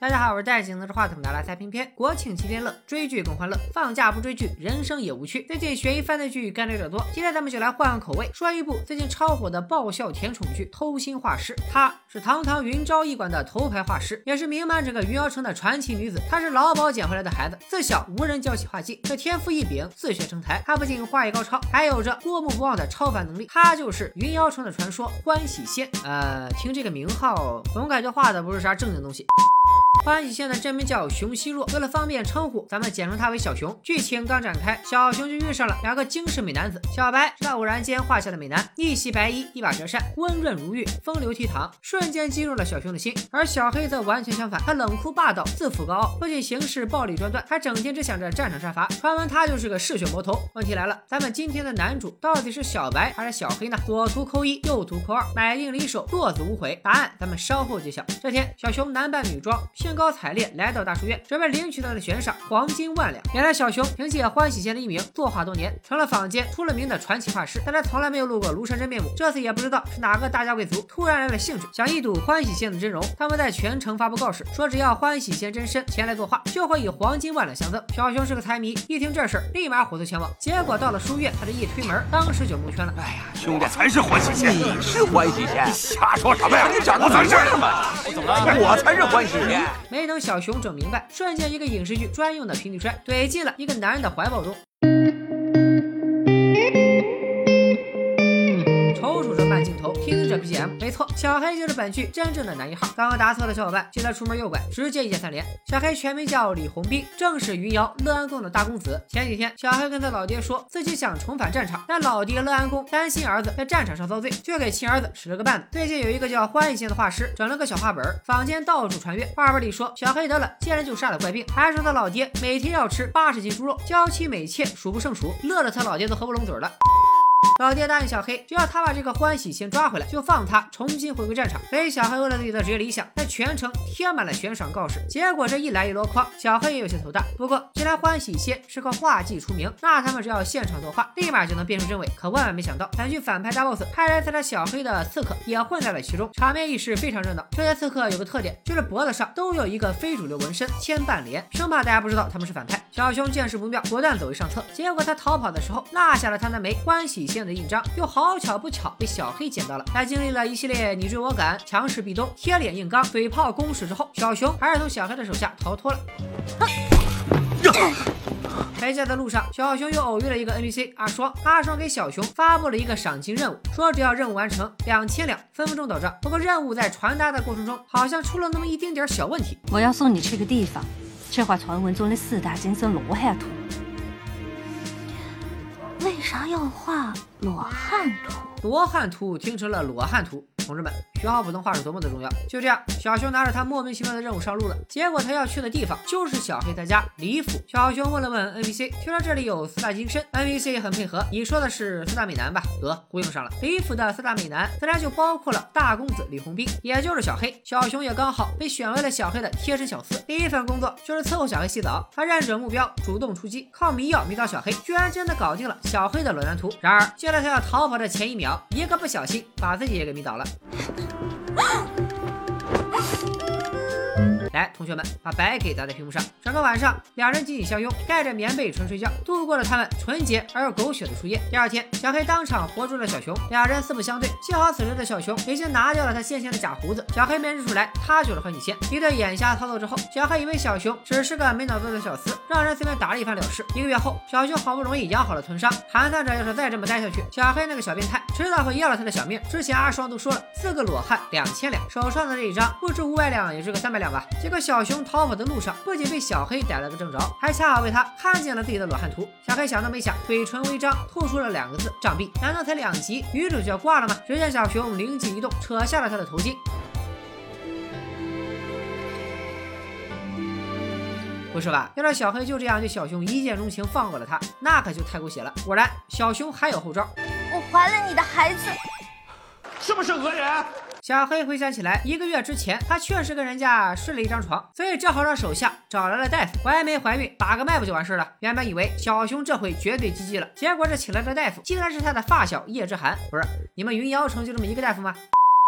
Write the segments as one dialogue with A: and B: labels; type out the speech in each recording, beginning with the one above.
A: 大家好，我是戴镜拿着话筒的拉塞偏偏。国庆期间乐，追剧更欢乐，放假不追剧，人生也无趣。最近悬疑犯罪剧干的有点多，今天咱们就来换换口味，说一部最近超火的爆笑甜宠剧《偷心画师》。她是堂堂云昭艺馆的头牌画师，也是名满整个云瑶城的传奇女子。她是老鸨捡回来的孩子，自小无人教起画技，这天赋异禀，自学成才。她不仅画艺高超，还有着过目不忘的超凡能力。她就是云瑶城的传说欢喜仙。听这个名号，总感觉画的不是啥正经东西。欢喜仙的真名叫熊希若，为了方便称呼，咱们简称他为小熊。剧情刚展开，小熊就遇上了两个惊世美男子。小白是他偶然间画下的美男，一袭白衣，一把折扇，温润如玉，风流倜傥，瞬间击中了小熊的心。而小黑则完全相反，他冷酷霸道，自负高傲，不仅行事暴力专断，还整天只想着战场杀伐。传闻他就是个嗜血魔头。问题来了，咱们今天的男主到底是小白还是小黑呢？左图扣一，右图扣二，买定离手，落子无悔。答案咱们稍后揭晓。这天，小熊男扮女装，兴高采烈来到大书院，准备领取他的悬赏黄金万两。原来小熊凭借欢喜仙的一名，作画多年，成了坊间出了名的传奇画师，但他从来没有露过庐山真面目。这次也不知道是哪个大家贵族突然来了兴趣，想一睹欢喜仙的真容。他们在全城发布告示，说只要欢喜仙真身前来作画，就会以黄金万两相赠。小熊是个财迷，一听这事儿，立马火速前往。结果到了书院，他这一推门，当时就蒙圈了。
B: 哎呀，兄弟，才是欢喜仙，你是欢喜仙？瞎说什么呀？你长得咱事儿吗？怎么了？我才是欢喜仙。
A: 没等小熊整明白，瞬间一个影视剧专用的平底摔怼进了一个男人的怀抱中。踌躇着慢镜头，听着 BGM， 没错，小黑就是本剧真正的男一号。刚刚答错的小伙伴，记得出门右拐，直接一键3连。小黑全名叫李红斌，正是云瑶乐安宫的大公子。前几天，小黑跟他老爹说自己想重返战场，但老爹乐安宫担心儿子在战场上遭罪，就给亲儿子使了个绊子。最近有一个叫欢喜仙的画师整了个小画本，坊间到处传阅。画本里说小黑得了见人就杀的怪病，还说他老爹每天要吃80斤猪肉，娇妻美妾数不胜数，乐得他老爹都合不拢嘴了。老爹答应小黑，只要他把这个欢喜仙抓回来，就放他重新回归战场。所以小黑为了自己的职业理想，在全城贴满了悬赏告示。结果这一来一箩筐，小黑也有些头大。不过既然欢喜仙是个画技出名，那他们只要现场作画，立马就能辨出真伪。可万万没想到，本剧反派大 boss 派来刺杀小黑的刺客也混在了其中，场面一时非常热闹。这些刺客有个特点，就是脖子上都有一个非主流纹身牵绊联，生怕大家不知道他们是反派。小熊见势不妙，果断走为上策。结果他逃跑的时候落下了他那枚欢喜仙的印章，又好巧不巧被小黑捡到了。在经历了一系列你追我赶、强势壁咚、贴脸硬刚、嘴炮攻势之后，小熊还是从小黑的手下逃脱了。回家的路上，小熊又偶遇了一个 NPC 阿双。阿双给小熊发布了一个赏金任务，说只要任务完成2000两，分分钟到账。不过任务在传达的过程中，好像出了那么一丁点小问题。
C: 我要送你去个地方，这画传闻中的4大金身罗汉图。为啥要画罗汉图？
A: 罗汉图听成了裸汉图。同志们，学好普通话是多么的重要。就这样，小熊拿着他莫名其妙的任务上路了。结果他要去的地方就是小黑他家李府。小熊问了问 NPC， 听说这里有4大金身。NPC 也很配合，你说的是4大美男吧？呼应上了。李府的4大美男自然就包括了大公子李红斌，也就是小黑。小熊也刚好被选为了小黑的贴身小厮。第一份工作就是伺候小黑洗澡，他认准目标，主动出击，靠迷药迷倒小黑，居然真的搞定了小黑的裸男图。然而就在他要逃跑的前1秒，一个不小心把自己也给迷倒了。来，同学们，把白给打在屏幕上。整个晚上，两人紧紧相拥，盖着棉被纯睡觉，度过了他们纯洁而又狗血的初夜。第二天，小黑当场活捉了小熊，两人四不相对。幸好此时的小熊已经拿掉了他先前的假胡子，小黑没认出来他就是欢喜仙。一顿眼瞎操作之后，小黑以为小熊只是个没脑子的小厮，让人随便打了一番了事。1个月后，小熊好不容易养好了臀伤，盘算着要是再这么待下去，小黑那个小变态迟早会要了他的小命。之前阿双都说了，4个裸汉2000两，手上的这一张不值500两也值个300两吧。结果小熊逃跑的路上，不仅被小黑逮了个正着，还恰好被他看见了自己的裸汉图。小黑想都没想，嘴唇微张，吐出了2个字：杖毙。难道才2集，女主就要挂了吗？只见小熊灵机一动，扯下了他的头巾。不是吧？要让小黑就这样对小熊一见钟情，放过了他，那可就太狗血了。果然，小熊还有后招。
C: 我怀了你的孩子，
B: 是不是讹人？
A: 小黑回想起来，1个月之前他确实跟人家睡了一张床，所以只好让手下找来了大夫，怀没怀孕把个脉不就完事了。原本以为小熊这回绝对GG了，结果这请来的大夫竟然是他的发小叶之涵。不是，你们云瑶城就这么一个大夫吗？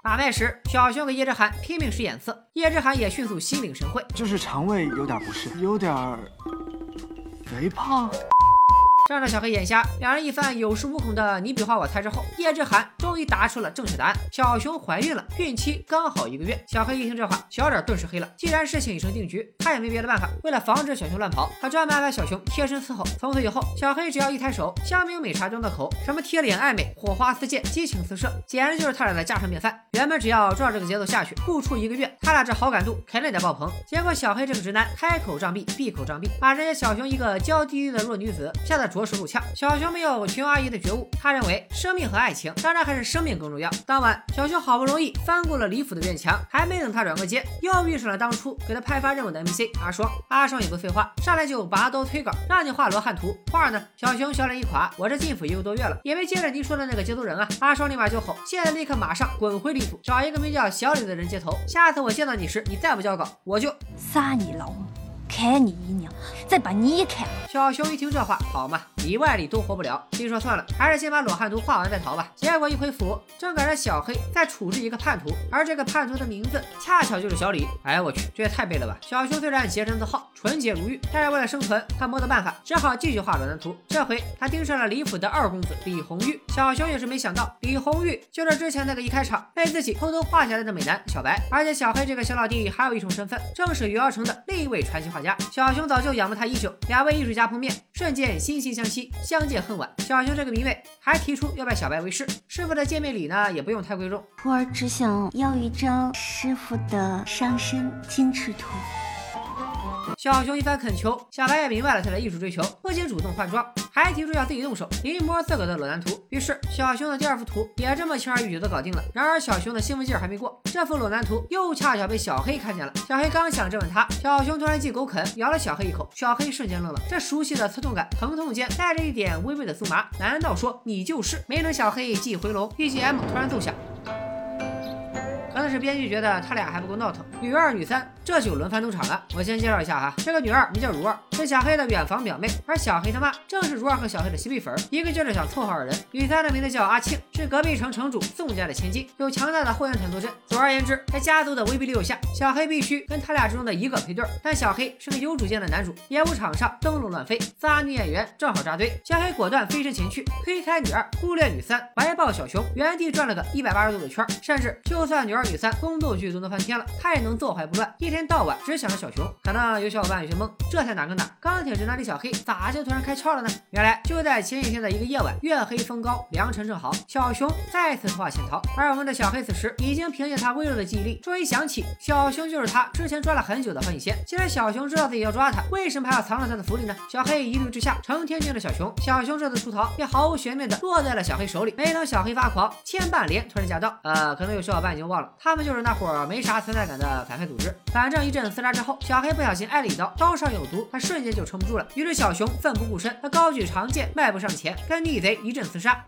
A: 把脉时，小熊给叶之涵拼命使眼色，叶之涵也迅速心领神会，
D: 就是肠胃有点不适，有点肥胖。
A: 仗着小黑眼瞎，两人一番有恃无恐的你比划我猜之后，叶之涵终于答出了正确答案：小熊怀孕了，孕期刚好1个月。小黑一听这话，小脸顿时黑了。既然事情已成定局，他也没别的办法。为了防止小熊乱跑，他专门安排小熊贴身伺候。从此以后，小黑只要一抬手，香槟美茶中的口，什么贴脸暧昧、火花四溅、激情四射，简直就是他俩的家常便饭。原本只要照这个节奏下去，不出1个月，他俩这好感度肯定得爆棚。结果小黑这个直男开口障壁，闭口障壁，把人家小熊一个娇滴滴的弱女子吓得着实够呛。小熊没有琼阿姨的觉悟，他认为生命和爱情当然还是生命更重要。当晚，小熊好不容易翻过了李府的院墙，还没等他转过街，又遇上了当初给他派发任务的 NPC 阿双。阿双也不废话，上来就拔刀推稿，让你画罗汉图。画呢，小熊小脸一垮，我这进府1个多月了，也没见着您说的那个接头人啊！阿双立马就吼，现在立刻马上滚回李府，找一个名叫小李的人接头。下次我见到你时，你再不交稿，我就
C: 杀你老母，砍你姨娘，再把你也砍了。
A: 小熊一听这话，好嘛，里外里都活不了，心说算了，还是先把裸汉图画完再逃吧。结果一回府，正赶上小黑在处置一个叛徒，而这个叛徒的名字恰巧就是小李。哎我去，这也太背了吧！小熊虽然洁身自好，纯洁如玉，但是为了生存，他没得办法，只好继续画裸男图。这回他盯上了李府的2公子李红玉。小熊也是没想到，李红玉就是之前那个一开场被自己偷偷画下来的美男小白。而且小黑这个小老弟还有一重身份，正是余姚城的另一位传奇画家。小熊早就仰慕他已久，两位艺术家碰面，瞬间惺惺相惜，相见恨晚。小熊这个迷妹还提出要拜小白为师，师傅的见面礼呢也不用太贵重，
C: 徒儿只想要一张师傅的上身金翅图。
A: 小熊一番恳求，小白也明白了他的艺术追求，不仅主动换装，还提出要自己动手临摹自个的裸男图。于是小熊的第2幅图也这么轻而易举的搞定了。然而小熊的兴奋劲儿还没过，这幅裸男图又恰巧被小黑看见了。小黑刚想质问他，小熊突然既狗啃咬了小黑一口，小黑瞬间愣了，这熟悉的刺痛感，疼痛间带着一点微微的酥麻，难道说你就是？没等小黑记忆回笼，BGM 突然奏响。可能是编剧觉得他俩还不够闹腾，女2女3这就轮番登场了。我先介绍一下哈，这个女2名叫如儿，是小黑的远房表妹，而小黑他妈正是如儿和小黑的嬉皮粉，一个劲儿想凑合2人。女3的名字叫阿庆，是隔壁城城主宋家的千金，有强大的后援团坐镇。总而言之，在家族的威逼利诱下，小黑必须跟他俩之中的一个配对。但小黑是个有主见的男主，演武场上灯笼乱飞，3女演员正好扎堆。小黑果断飞身前去，推开女2，忽略女3，怀抱小熊，原地转了个180度的圈，甚至就算女2女3宫斗剧都能翻天了，他也能坐怀不乱，一天到晚只想着小熊。可能有小伙伴有些懵，这才哪跟哪？钢铁直男李小黑咋就突然开窍了呢？原来就在前几天的一个夜晚，月黑风高，良辰正好，小熊再次偷画潜逃，而我们的小黑此时已经凭借他微弱的记忆力，终于想起小熊就是他之前抓了很久的幻影仙。既然小熊知道自己要抓他，为什么还要藏着他的福利呢？小黑一虑之下，成天盯着小熊。小熊这次出逃也毫无悬念的落在了小黑手里。没等小黑发狂，牵半连突然驾到。可能有小伙伴已经忘了，他们就是那伙没啥存在感的反派组织。反正一阵厮杀之后，小黑不小心挨了一刀，刀上有毒，他瞬间就撑不住了。于是小熊奋不顾身，他高举长剑，迈步上前，跟逆贼一阵厮杀。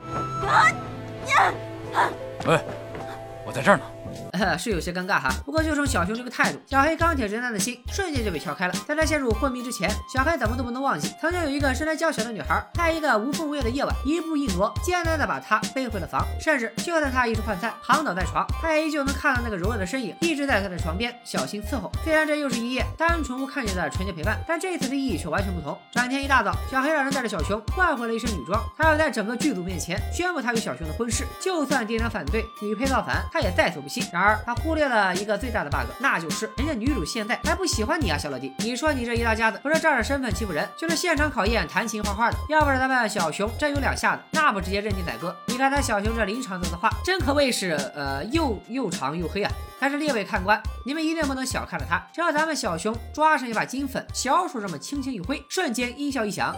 B: 喂，我在这儿呢。
A: 是有些尴尬哈，不过就冲小熊这个态度，小黑钢铁直男的心瞬间就被敲开了。在他陷入昏迷之前，小黑怎么都不能忘记，曾经有一个身材娇小的女孩，在一个无风无月的夜晚，一步一挪，艰难的把她背回了房。甚至就算他一时涣散，躺倒在床，他也依旧能看到那个柔弱的身影，一直在他的床边小心伺候。虽然这又是一夜单纯无看见的纯洁陪伴，但这次的意义却完全不同。转天一大早，小黑让人带着小熊换回了一身女装，他要在整个剧组面前宣布他与小熊的婚事。就算爹娘反对，女配造反，他也在所不惜。然而他忽略了一个最大的 bug， 那就是人家女主现在还不喜欢你啊，小老弟！你说你这一大家子不是仗着身份欺负人，就是现场考验弹琴画画的。要不是咱们小熊真有2下子，那不直接任你宰割？你看他小熊这临场走的话，真可谓是又长又黑啊！但是列位看官，你们一定不能小看了他，只要咱们小熊抓上一把金粉，小手这么轻轻一挥，瞬间音效一响。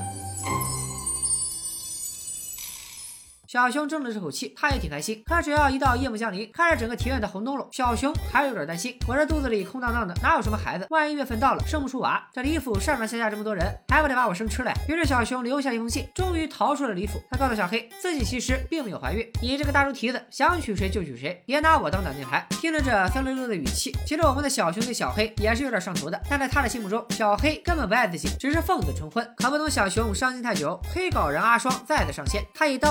A: 小熊争了这口气，他也挺开心。可只要一到夜幕降临，看着整个庭院的红灯笼，小熊还有点担心。我这肚子里空荡荡的，哪有什么孩子？万一月份到了，生不出娃，这李府上上下下这么多人，还不得把我生吃了呀？于是小熊留下一封信，终于逃出了李府。他告诉小黑，自己其实并没有怀孕，你这个大猪蹄子，想娶谁就娶谁，别拿我当挡箭牌。听着这酸溜溜的语气，其实我们的小熊对小黑也是有点上头的。但在他的心目中，小黑根本不爱自己，只是奉子成婚。可不懂小熊伤心太久，推稿人阿双再次上线，他以刀剑相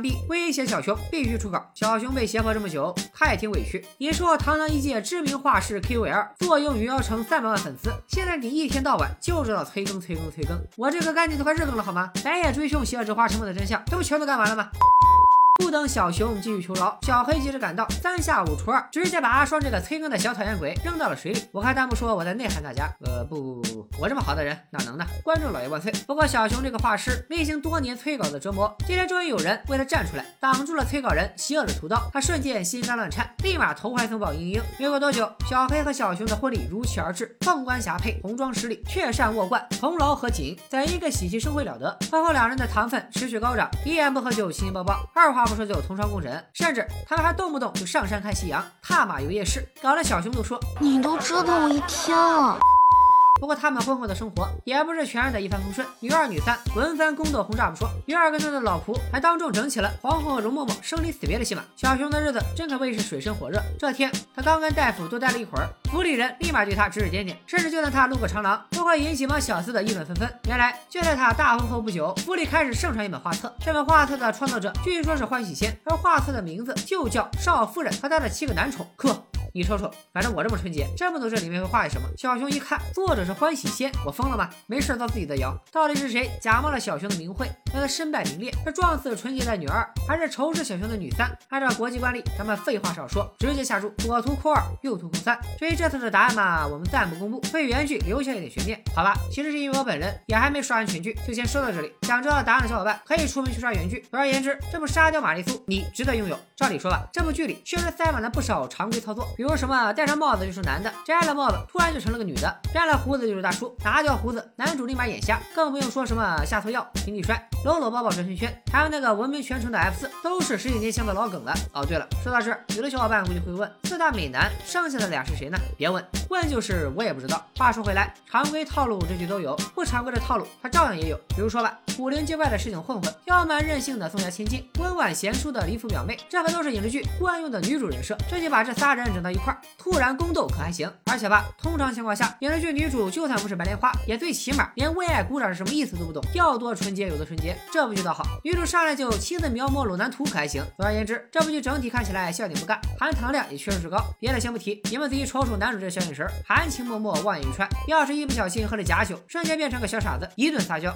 A: 逼威胁小熊必须出稿。小熊被胁迫这么久，他也挺委屈。你说堂堂一届知名画室 KOL， 坐拥女妖城300万粉丝，现在你一天到晚就知道催更，我这个赶紧都快日更了好吗？白夜追凶，邪之花沉默的真相，这不全都干完了吗？不等小熊继续求饶，小黑急着赶到，3下5除2，直接把阿双这个催更的小讨厌鬼扔到了水里。我看弹幕说我在内涵大家，不，我这么好的人哪能呢？观众老爷万岁！不过小熊这个画师历经多年催稿的折磨，今天终于有人为他站出来，挡住了催稿人邪恶的屠刀。他瞬间心肝乱颤，立马投怀送抱嘤嘤。没过多久，小黑和小熊的婚礼如期而至，凤冠霞帔，红妆十里，雀扇卧冠，同劳合锦，怎一个喜气生辉了得！婚后两人的糖分持续高涨，一言不合就亲亲抱抱，二话不说就同床共枕，甚至他们还动不动就上山看夕阳，踏马游夜市，搞得小熊都说
C: 你都折腾我一天了。
A: 不过他们婚后的生活也不是全然的一帆风顺，女二女三轮番宫斗轰炸不说，女二跟她的老仆还当众整起了皇后和容嬷嬷生离死别的戏码。小熊的日子真可谓是水深火热。这天他刚跟大夫多待了一会儿，府里人立马对他指指点点，甚至就算他路过长廊都会引起帮小厮的议论纷纷。原来就在他大婚后不久，府里开始盛传一本画册，这本画册的创作者据说是欢喜仙，而画册的名字就叫少夫人和她的7个男宠。你瞅瞅，反正我这么纯洁，真不懂这里面会画些什么。小熊一看，作者是欢喜仙，我疯了吗？没事造自己的谣。到底是谁假冒了小熊的名讳，让他身败名裂？是撞死纯洁的女二，还是仇视小熊的女三？按照国际惯例，咱们废话少说，直接下注左图扣2，右图扣3。至于这次的答案嘛，我们暂不公布，为原剧留下一点悬念。好吧，其实是因为我本人也还没刷完全剧，就先说到这里。想知道答案的小伙伴可以出门去刷原剧。总而言之，这部沙雕玛丽苏你值得拥有。照理说吧，这部剧里确实塞满了不少常规操作，比如什么戴上帽子就是男的，摘了帽子突然就成了个女的，染了胡子就是大叔，拿掉胡子男主立马眼瞎，更不用说什么下错药、平地摔、搂搂抱抱转圈圈，还有那个闻名全城的 F4，都是10几年前的老梗了。哦对了，说到这儿，有的小伙伴估计会问，4大美男剩下的俩是谁呢？别问，问就是我也不知道。话说回来，常规套路这剧都有，不常规的套路它照样也有。比如说吧，古灵精怪的市井混混，刁蛮任性的宋家千金，温婉贤淑的离府表妹，这可都是影视剧惯用的女主人设。这就把这仨人整到一块儿，突然宫斗可还行。而且吧，通常情况下，影视剧女主就算不是白莲花，也最起码连为爱鼓掌是什么意思都不懂，要多纯洁有多纯洁。这部剧倒好，女主上来就亲自描摹裸男图可还行。总而言之，这部剧整体看起来笑点不尬，含糖量也确实是高。别的先不提，你们自己瞅瞅男主这小眼神，含情脉脉，望眼欲穿。要是一不小心喝了假酒，瞬间变成个小傻子，一顿撒娇。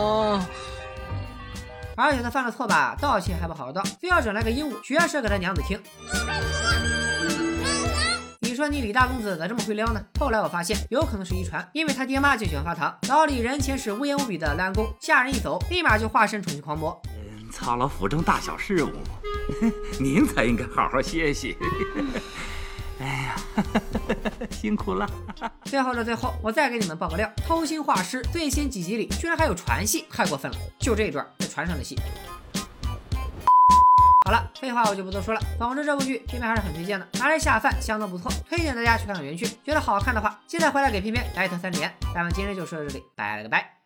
A: 而且他犯了错吧，道歉还不好好道，非要整来个鹦鹉绝射给他娘子听。你说你李大公子咋这么会撩呢？后来我发现有可能是遗传，因为他爹妈就喜欢发糖。老李人前是无言无语的蓝公，下人一走，立马就化身宠妻狂魔。
B: 操劳府中大小事务，您才应该好好歇息。哎呀，辛苦了。
A: 最后的最后，我再给你们爆个料，偷心画师最新几集里居然还有船戏，太过分了！就这一段在船上的戏。好了，废话我就不多说了。总之这部剧片片还是很推荐的，拿来下饭相当不错，推荐大家去看看原剧。觉得好看的话，记得回来给片片来一头3连。咱们今天就说到这里，拜了个拜。